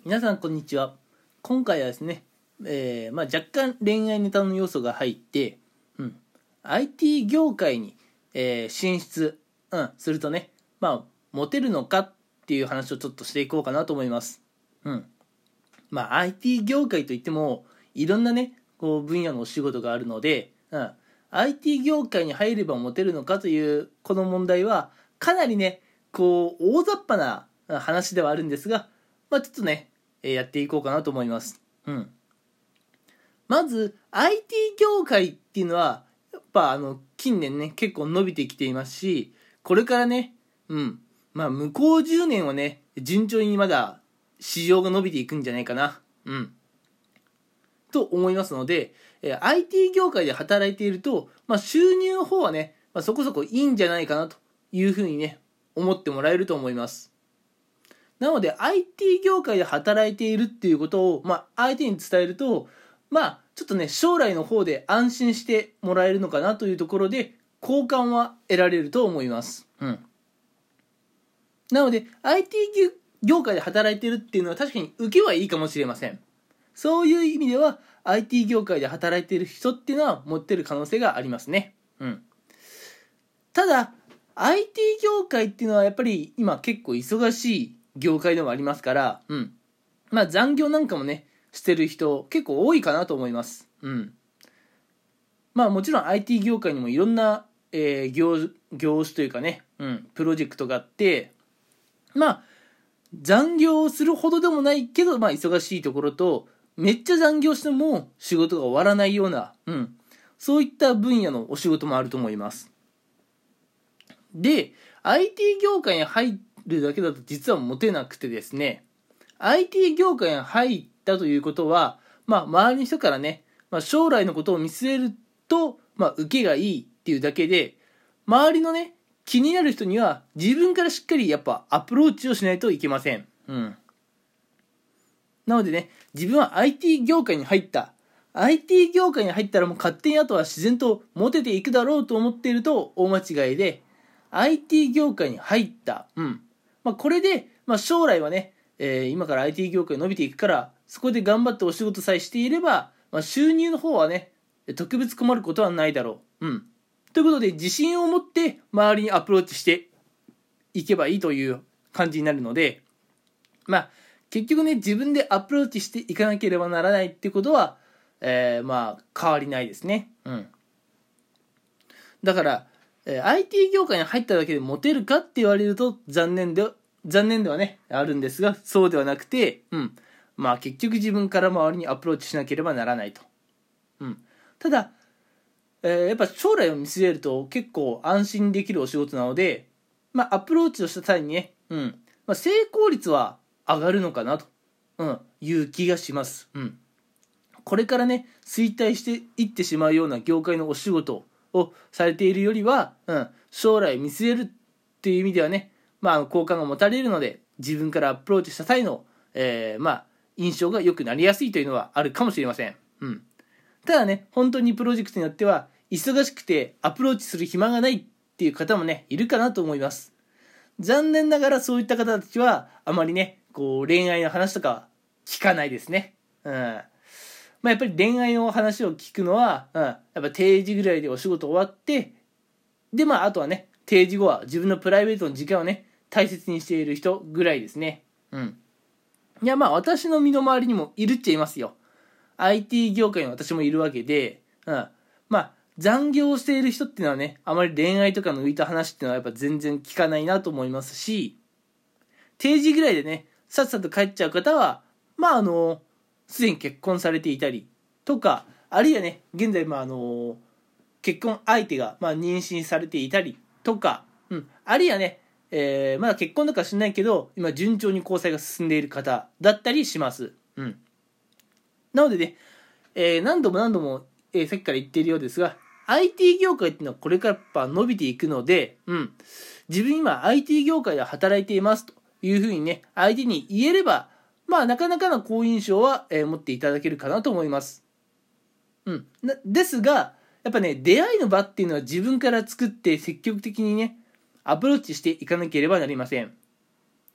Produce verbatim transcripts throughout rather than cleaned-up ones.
皆さんこんにちは。今回はですね、えーまあ、若干恋愛ネタの要素が入って、うん、アイティー 業界に、えー進出、うん、するとね、まあ、モテるのかっていう話をちょっとしていこうかなと思います。うん。まあ、アイティー 業界といっても、いろんなね、こう分野のお仕事があるので、うん、アイティー 業界に入ればモテるのかというこの問題は、かなりね、こう、大雑把な話ではあるんですが、まあ、ちょっとね、やっていこうかなと思います。うん。まず アイティー 業界っていうのはやっぱあの近年ね結構伸びてきていますし、これからね、うんまあ向こうじゅうねんはね順調にまだ市場が伸びていくんじゃないかな、うんと思いますので、 アイティー 業界で働いていると、まあ、収入の方はね、まあ、そこそこいいんじゃないかなというふうにね思ってもらえると思います。なので アイティー 業界で働いているっていうことを、まあ、相手に伝えると、まあちょっとね将来の方で安心してもらえるのかなというところで好感は得られると思います。うん。なので アイティー 業界で働いているっていうのは確かに受けはいいかもしれません。そういう意味では アイティー 業界で働いている人っていうのは持ってる可能性がありますね。うん。ただ アイティー 業界っていうのはやっぱり今結構忙しい業界でもありますから、うん。まあ残業なんかもね、してる人結構多いかなと思います。うん。まあもちろん アイティー 業界にもいろんな、えー、業、業種というかね、うん、プロジェクトがあって、まあ残業するほどでもないけど、まあ忙しいところと、めっちゃ残業しても仕事が終わらないような、うん、そういった分野のお仕事もあると思います。で、アイティー 業界に入るだけだと実はモテなくてですね、アイティー 業界に入ったということは、まあ、周りの人からね、まあ、将来のことを見据えると、まあ、受けがいいっていうだけで、周りのね、気になる人には自分からしっかりやっぱアプローチをしないといけません。うん。なのでね、自分は アイティー 業界に入った。アイティー 業界に入ったらもう勝手にあとは自然とモテていくだろうと思っていると大間違いで、アイティー 業界に入った。うん。まあ、これで、まあ、将来はね、えー、今から アイティー 業界伸びていくから、そこで頑張ってお仕事さえしていれば、まあ、収入の方はね、特別困ることはないだろう。うん。ということで、自信を持って周りにアプローチしていけばいいという感じになるので、まあ、結局ね、自分でアプローチしていかなければならないっていうことは、えー、まあ、変わりないですね。うん。だから、えー、アイティー 業界に入っただけでモテるかって言われると残念で、残念ではね、あるんですが、そうではなくて、うん。まあ結局自分から周りにアプローチしなければならないと。うん。ただ、えー、やっぱ将来を見据えると結構安心できるお仕事なので、まあアプローチをした際にね、うん。まあ成功率は上がるのかなと、うん、いう気がします。うん。これからね、衰退していってしまうような業界のお仕事をされているよりは、うん、将来見据えるっていう意味ではね、まあ、好感が持たれるので、自分からアプローチした際の、えー、まあ、印象が良くなりやすいというのはあるかもしれません。うん。ただね、本当にプロジェクトによっては、忙しくてアプローチする暇がないっていう方もね、いるかなと思います。残念ながらそういった方たちは、あまりね、こう、恋愛の話とか聞かないですね。うん。まあ、やっぱり恋愛の話を聞くのは、うん、やっぱ定時ぐらいでお仕事終わって、で、まあ、あとはね、定時後は自分のプライベートの時間をね、大切にしている人ぐらいですね。うん。いや、まあ、私の身の回りにもいるっちゃいますよ。アイティー 業界に私もいるわけで、うん。まあ、残業している人っていうのはね、あまり恋愛とかの浮いた話っていうのはやっぱ全然聞かないなと思いますし、定時ぐらいでね、さっさと帰っちゃう方は、まあ、あの、すでに結婚されていたりとか、あるいはね、現在、まあ、あの、結婚相手が、まあ、妊娠されていたりとか、うん、あるいはね、えー、まだ結婚とかしないけど、今順調に交際が進んでいる方だったりします。うん。なのでね、えー、何度も何度も、えー、さっきから言っているようですが、アイティー 業界っていうのはこれからやっぱ伸びていくので、うん。自分今 アイティー 業界で働いていますというふうにね、相手に言えれば、まあなかなかの好印象は、えー、持っていただけるかなと思います。うん。なですが、やっぱね、出会いの場っていうのは自分から作って積極的にね、アプローチしていかなければなりません。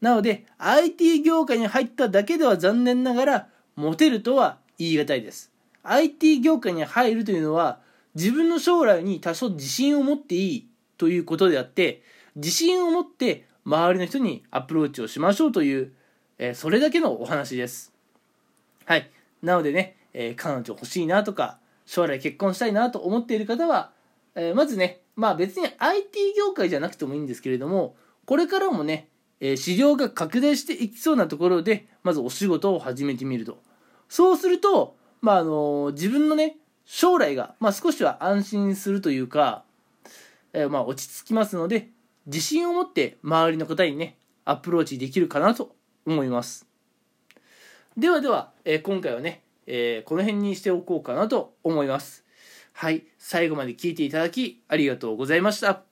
なので アイティー 業界に入っただけでは残念ながらモテるとは言い難いです。 アイティー 業界に入るというのは自分の将来に多少自信を持っていいということであって、自信を持って周りの人にアプローチをしましょうという、えー、それだけのお話です。はい。なのでね、えー、彼女欲しいなとか将来結婚したいなと思っている方は、えー、まずね、まあ別に アイティー 業界じゃなくてもいいんですけれども、これからもね、えー、市場が拡大していきそうなところでまずお仕事を始めてみると。そうすると、まああのー、自分のね将来が、まあ、少しは安心するというか、えー、まあ落ち着きますので、自信を持って周りの方にねアプローチできるかなと思います。ではでは、えー、今回はね、えー、この辺にしておこうかなと思います。はい、最後まで聞いていただきありがとうございました。